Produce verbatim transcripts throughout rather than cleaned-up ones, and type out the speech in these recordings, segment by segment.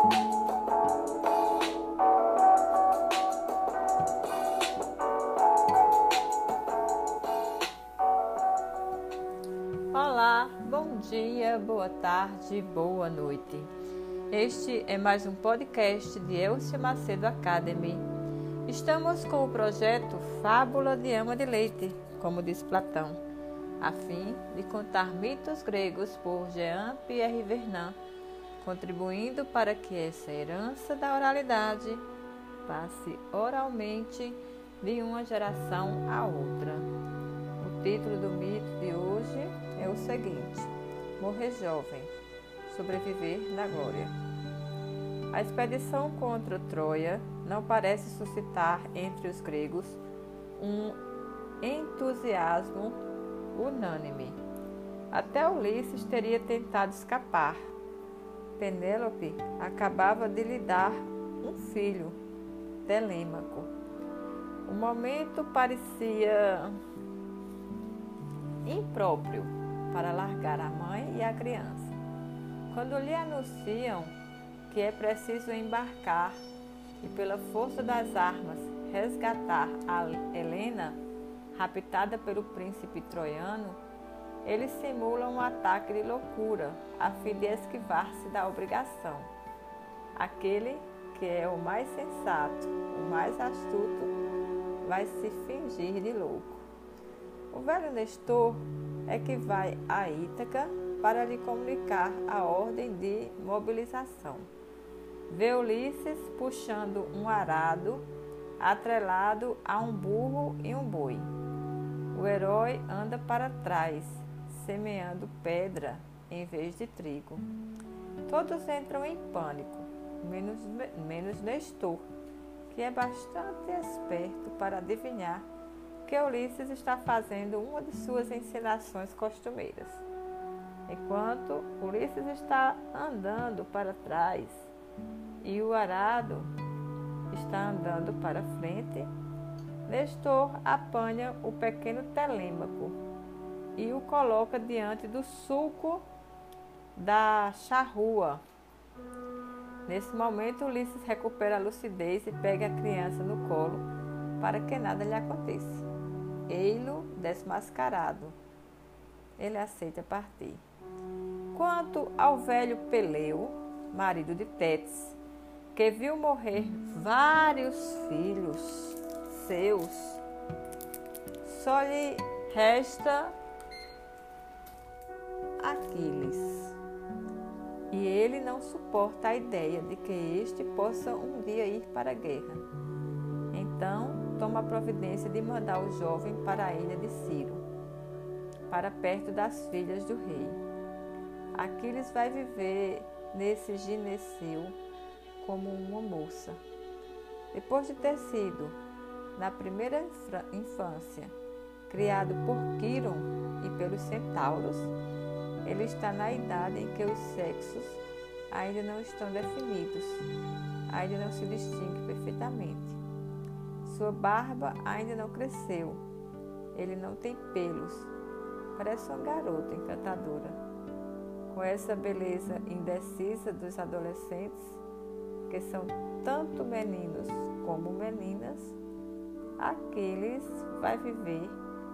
Olá, bom dia, boa tarde, boa noite. Este é mais um podcast de Elcia Macedo Academy. Estamos com o projeto Fábula de Ama de Leite, como diz Platão, a fim de contar mitos gregos por Jean-Pierre Vernant, contribuindo para que essa herança da oralidade passe oralmente de uma geração a outra. O título do mito de hoje é o seguinte: Morrer jovem, sobreviver na glória. A expedição contra Troia não parece suscitar entre os gregos um entusiasmo unânime. Até Ulisses teria tentado escapar. Penélope acabava de lhe dar um filho, Telêmaco. O momento parecia impróprio para largar a mãe e a criança. Quando lhe anunciam que é preciso embarcar e pela força das armas resgatar a Helena, raptada pelo príncipe troiano, ele simula um ataque de loucura a fim de esquivar-se da obrigação. Aquele que é o mais sensato, o mais astuto, vai se fingir de louco. O velho Nestor é que vai a Ítaca para lhe comunicar a ordem de mobilização. Vê Ulisses puxando um arado atrelado a um burro e um boi. O herói anda para trás, semeando pedra em vez de trigo. Todos entram em pânico, menos, menos Nestor, que é bastante esperto para adivinhar que Ulisses está fazendo uma de suas encenações costumeiras. Enquanto Ulisses está andando para trás e o arado está andando para frente, Nestor apanha o pequeno Telêmaco e o coloca diante do sulco da charrua. Nesse momento, Ulisses recupera a lucidez e pega a criança no colo para que nada lhe aconteça. Ei-lo desmascarado. Ele aceita partir. Quanto ao velho Peleu, marido de Tétis, que viu morrer vários filhos seus, só lhe resta Aquiles. E ele não suporta a ideia de que este possa um dia ir para a guerra. Então, toma a providência de mandar o jovem para a ilha de Ciro, para perto das filhas do rei. Aquiles vai viver nesse gineceu como uma moça. Depois de ter sido, na primeira infância, criado por Quiron e pelos centauros, ele está na idade em que os sexos ainda não estão definidos, ainda não se distingue perfeitamente. Sua barba ainda não cresceu, ele não tem pelos, parece uma garota encantadora. Com essa beleza indecisa dos adolescentes, que são tanto meninos como meninas, Aquiles vai viver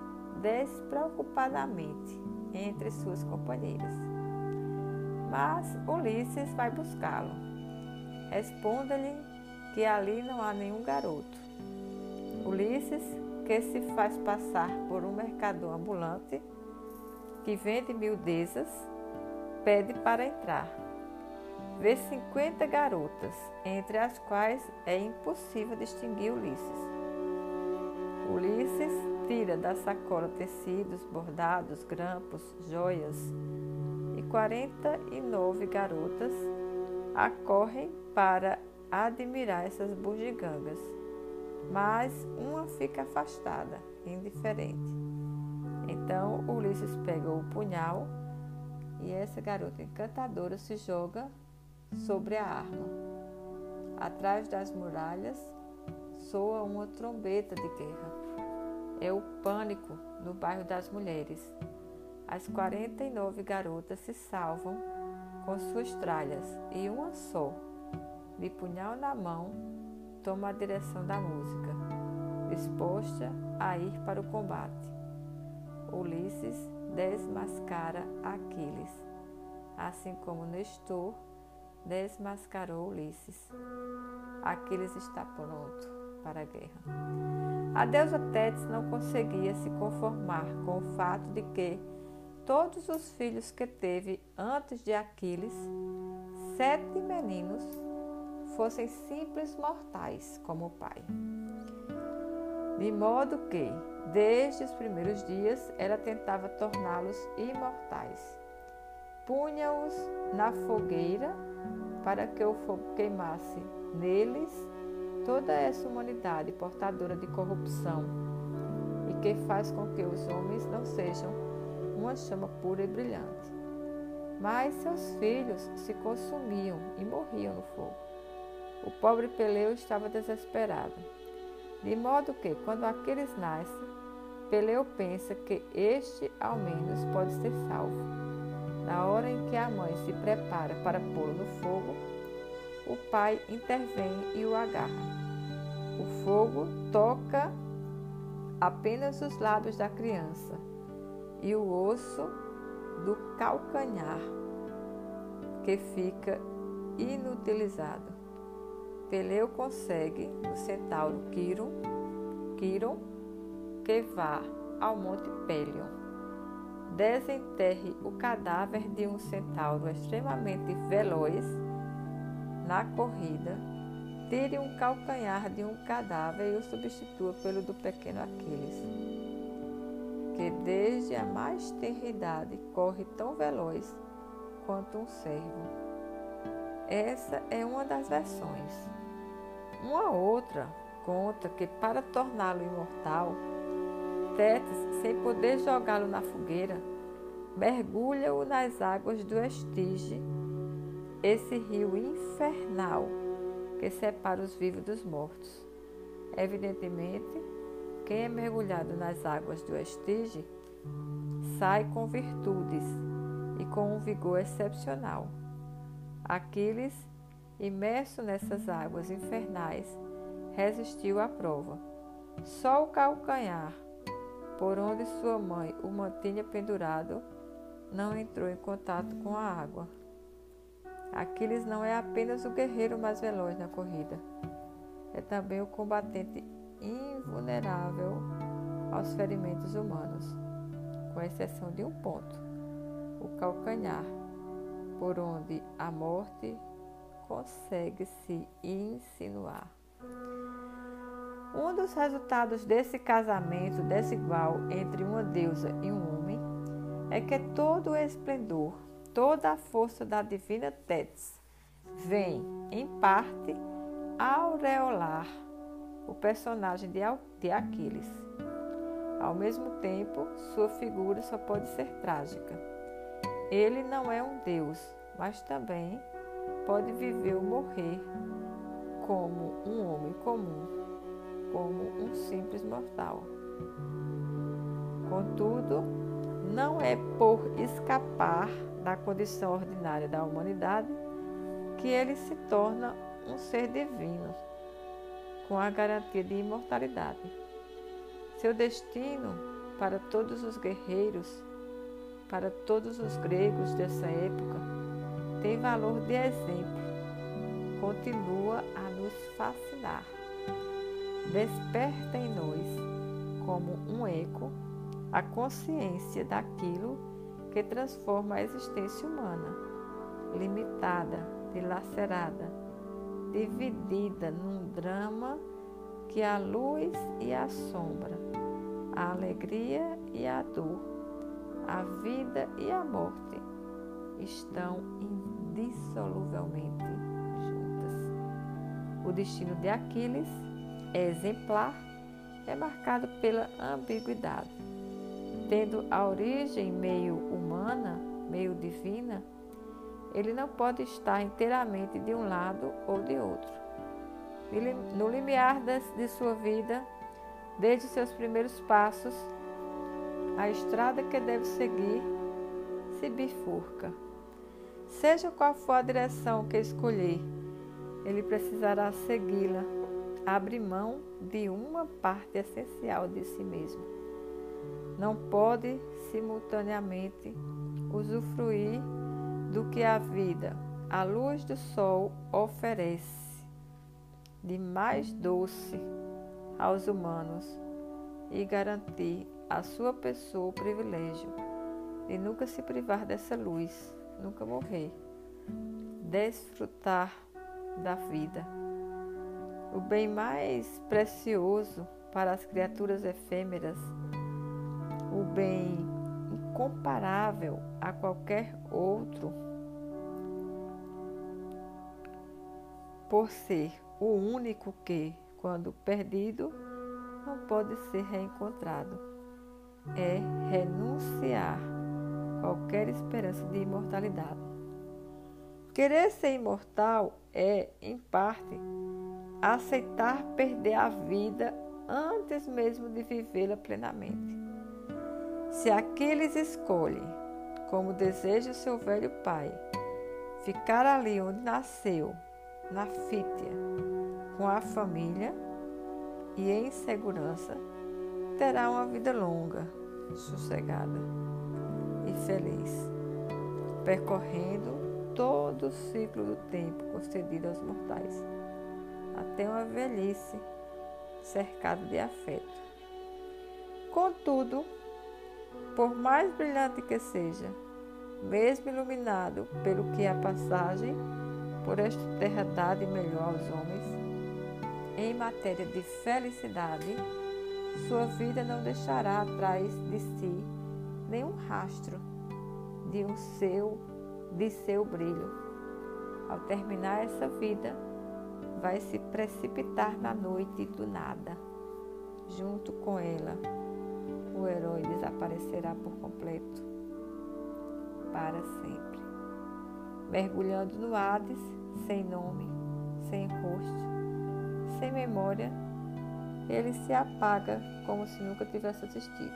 despreocupadamente entre suas companheiras. Mas Ulisses vai buscá-lo. Responda-lhe que ali não há nenhum garoto. Ulisses, que se faz passar por um mercador ambulante que vende miudezas, pede para entrar. Vê cinquenta garotas, entre as quais é impossível distinguir Ulisses. Ulisses tira da sacola tecidos, bordados, grampos, joias, e quarenta e nove garotas acorrem para admirar essas bugigangas, mas uma fica afastada, indiferente. Então Ulisses pega o punhal e essa garota encantadora se joga sobre a arma. Atrás das muralhas soa uma trombeta de guerra. É o pânico no bairro das mulheres. As quarenta e nove garotas se salvam com suas tralhas e uma só, de punhal na mão, toma a direção da música, disposta a ir para o combate. Ulisses desmascara Aquiles, assim como Nestor desmascarou Ulisses. Aquiles está pronto para a guerra. A deusa Tétis não conseguia se conformar com o fato de que todos os filhos que teve antes de Aquiles, sete meninos, fossem simples mortais como o pai. De modo que, desde os primeiros dias, ela tentava torná-los imortais. Punha-os na fogueira para que o fogo queimasse neles toda essa humanidade portadora de corrupção e que faz com que os homens não sejam uma chama pura e brilhante. Mas seus filhos se consumiam e morriam no fogo. O pobre Peleu estava desesperado, de modo que, quando Aquiles nasce, Peleu pensa que este, ao menos, pode ser salvo. Na hora em que a mãe se prepara para pô-lo no fogo, o pai intervém e o agarra. O fogo toca apenas os lábios da criança e o osso do calcanhar, que fica inutilizado. Peleu consegue no centauro Quiron, Quiron que vá ao Monte Pélion, desenterre o cadáver de um centauro extremamente veloz na corrida, tire um calcanhar de um cadáver e o substitua pelo do pequeno Aquiles, que desde a mais tenra idade corre tão veloz quanto um cervo. Essa é uma das versões. Uma outra conta que, para torná-lo imortal, Tétis, sem poder jogá-lo na fogueira, mergulha-o nas águas do Estige, esse rio infernal que separa os vivos dos mortos. Evidentemente, quem é mergulhado nas águas do Estige sai com virtudes e com um vigor excepcional. Aquiles, imerso nessas águas infernais, resistiu à prova. Só o calcanhar, por onde sua mãe o mantinha pendurado, não entrou em contato com a água. Aquiles não é apenas o guerreiro mais veloz na corrida, é também o combatente invulnerável aos ferimentos humanos, com exceção de um ponto, o calcanhar, por onde a morte consegue se insinuar. Um dos resultados desse casamento desigual entre uma deusa e um homem é que todo o esplendor, toda a força da divina Tétis vem, em parte, aureolar o personagem de Aquiles. Ao mesmo tempo, sua figura só pode ser trágica. Ele não é um deus, mas também pode viver ou morrer como um homem comum, como um simples mortal. Contudo, não é por escapar da condição ordinária da humanidade que ele se torna um ser divino, com a garantia de imortalidade. Seu destino, para todos os guerreiros, para todos os gregos dessa época, tem valor de exemplo, continua a nos fascinar. Desperta em nós, como um eco, a consciência daquilo que transforma a existência humana, limitada, dilacerada, dividida num drama que a luz e a sombra, a alegria e a dor, a vida e a morte estão indissoluvelmente juntas. O destino de Aquiles é exemplar, é marcado pela ambiguidade. Tendo a origem meio humana, meio divina, ele não pode estar inteiramente de um lado ou de outro. No limiar de sua vida, desde seus primeiros passos, a estrada que deve seguir se bifurca. Seja qual for a direção que escolher, ele precisará segui-la, abrir mão de uma parte essencial de si mesmo. Não pode simultaneamente usufruir do que a vida, a luz do sol, oferece de mais doce aos humanos e garantir à sua pessoa o privilégio de nunca se privar dessa luz, nunca morrer, desfrutar da vida. O bem mais precioso para as criaturas efêmeras, o bem incomparável a qualquer outro, por ser o único que, quando perdido, não pode ser reencontrado, é renunciar qualquer esperança de imortalidade. Querer ser imortal é, em parte, aceitar perder a vida antes mesmo de vivê-la plenamente. Se aqueles escolhem, como deseja seu velho pai, ficar ali onde nasceu, na Fítia, com a família e em segurança, terá uma vida longa, sossegada e feliz, percorrendo todo o ciclo do tempo concedido aos mortais, até uma velhice cercada de afeto. Contudo, por mais brilhante que seja, mesmo iluminado pelo que a passagem por esta terra dá de melhor aos homens, em matéria de felicidade, sua vida não deixará atrás de si nenhum rastro de um seu, de seu brilho. Ao terminar essa vida, vai se precipitar na noite do nada. Junto com ela, o herói desaparecerá por completo, para sempre. Mergulhando no Hades, sem nome, sem rosto, sem memória, ele se apaga como se nunca tivesse existido.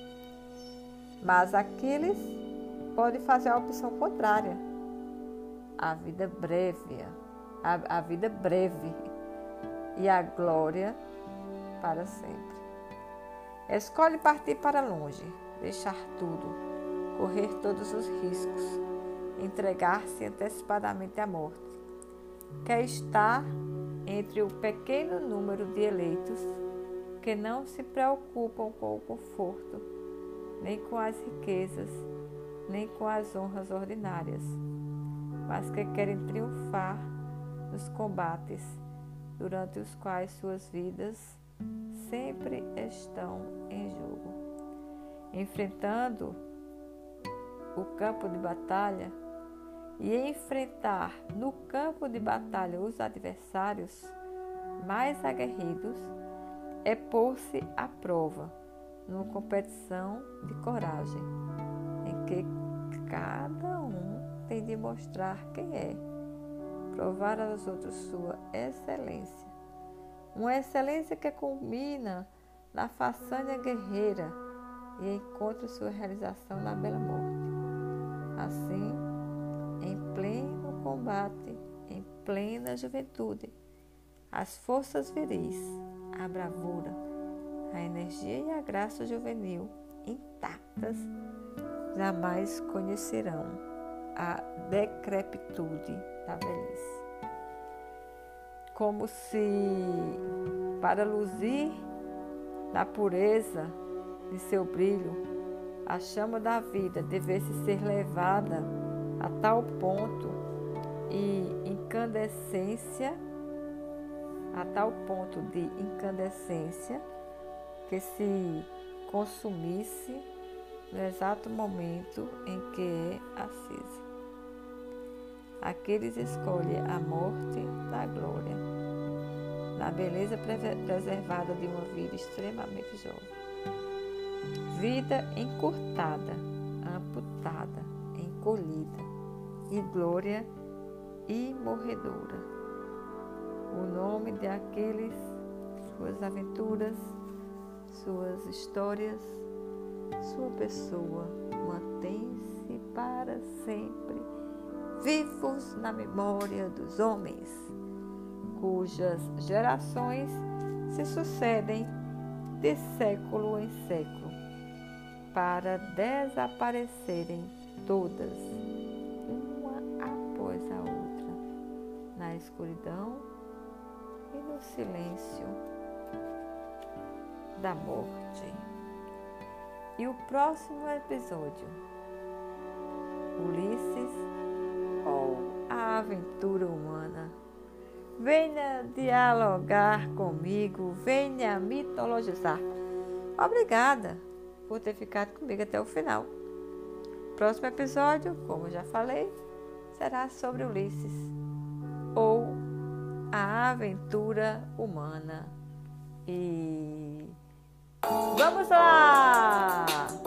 Mas aqueles podem fazer a opção contrária. A vida breve, a, a vida breve e a glória para sempre. Escolhe partir para longe, deixar tudo, correr todos os riscos, entregar-se antecipadamente à morte. Quer estar entre o pequeno número de eleitos que não se preocupam com o conforto, nem com as riquezas, nem com as honras ordinárias, mas que querem triunfar nos combates durante os quais suas vidas sempre estão em jogo. Enfrentando o campo de batalha e enfrentar no campo de batalha os adversários mais aguerridos é pôr-se à prova numa competição de coragem, em que cada um tem de mostrar quem é, provar aos outros sua excelência. Uma excelência que culmina na façanha guerreira e encontra sua realização na bela morte. Assim, em pleno combate, em plena juventude, as forças viris, a bravura, a energia e a graça juvenil intactas jamais conhecerão a decrepitude da velhice. Como se, para luzir na pureza de seu brilho, a chama da vida devesse ser levada a tal ponto e incandescência, a tal ponto de incandescência que se consumisse no exato momento em que é acesa. Aqueles escolhem a morte da glória, na beleza preservada de uma vida extremamente jovem. Vida encurtada, amputada, encolhida e glória imorredora. O nome de aqueles, suas aventuras, suas histórias, sua pessoa mantém-se para sempre vivos na memória dos homens. cujas gerações se sucedem de século em século, para desaparecerem todas, uma após a outra, na escuridão e no silêncio da morte. E o próximo episódio, Ulisses ou a aventura humana. Venha dialogar comigo, venha mitologizar. Obrigada por ter ficado comigo até o final. Próximo episódio, como já falei, será sobre Ulisses ou a aventura humana. E vamos lá!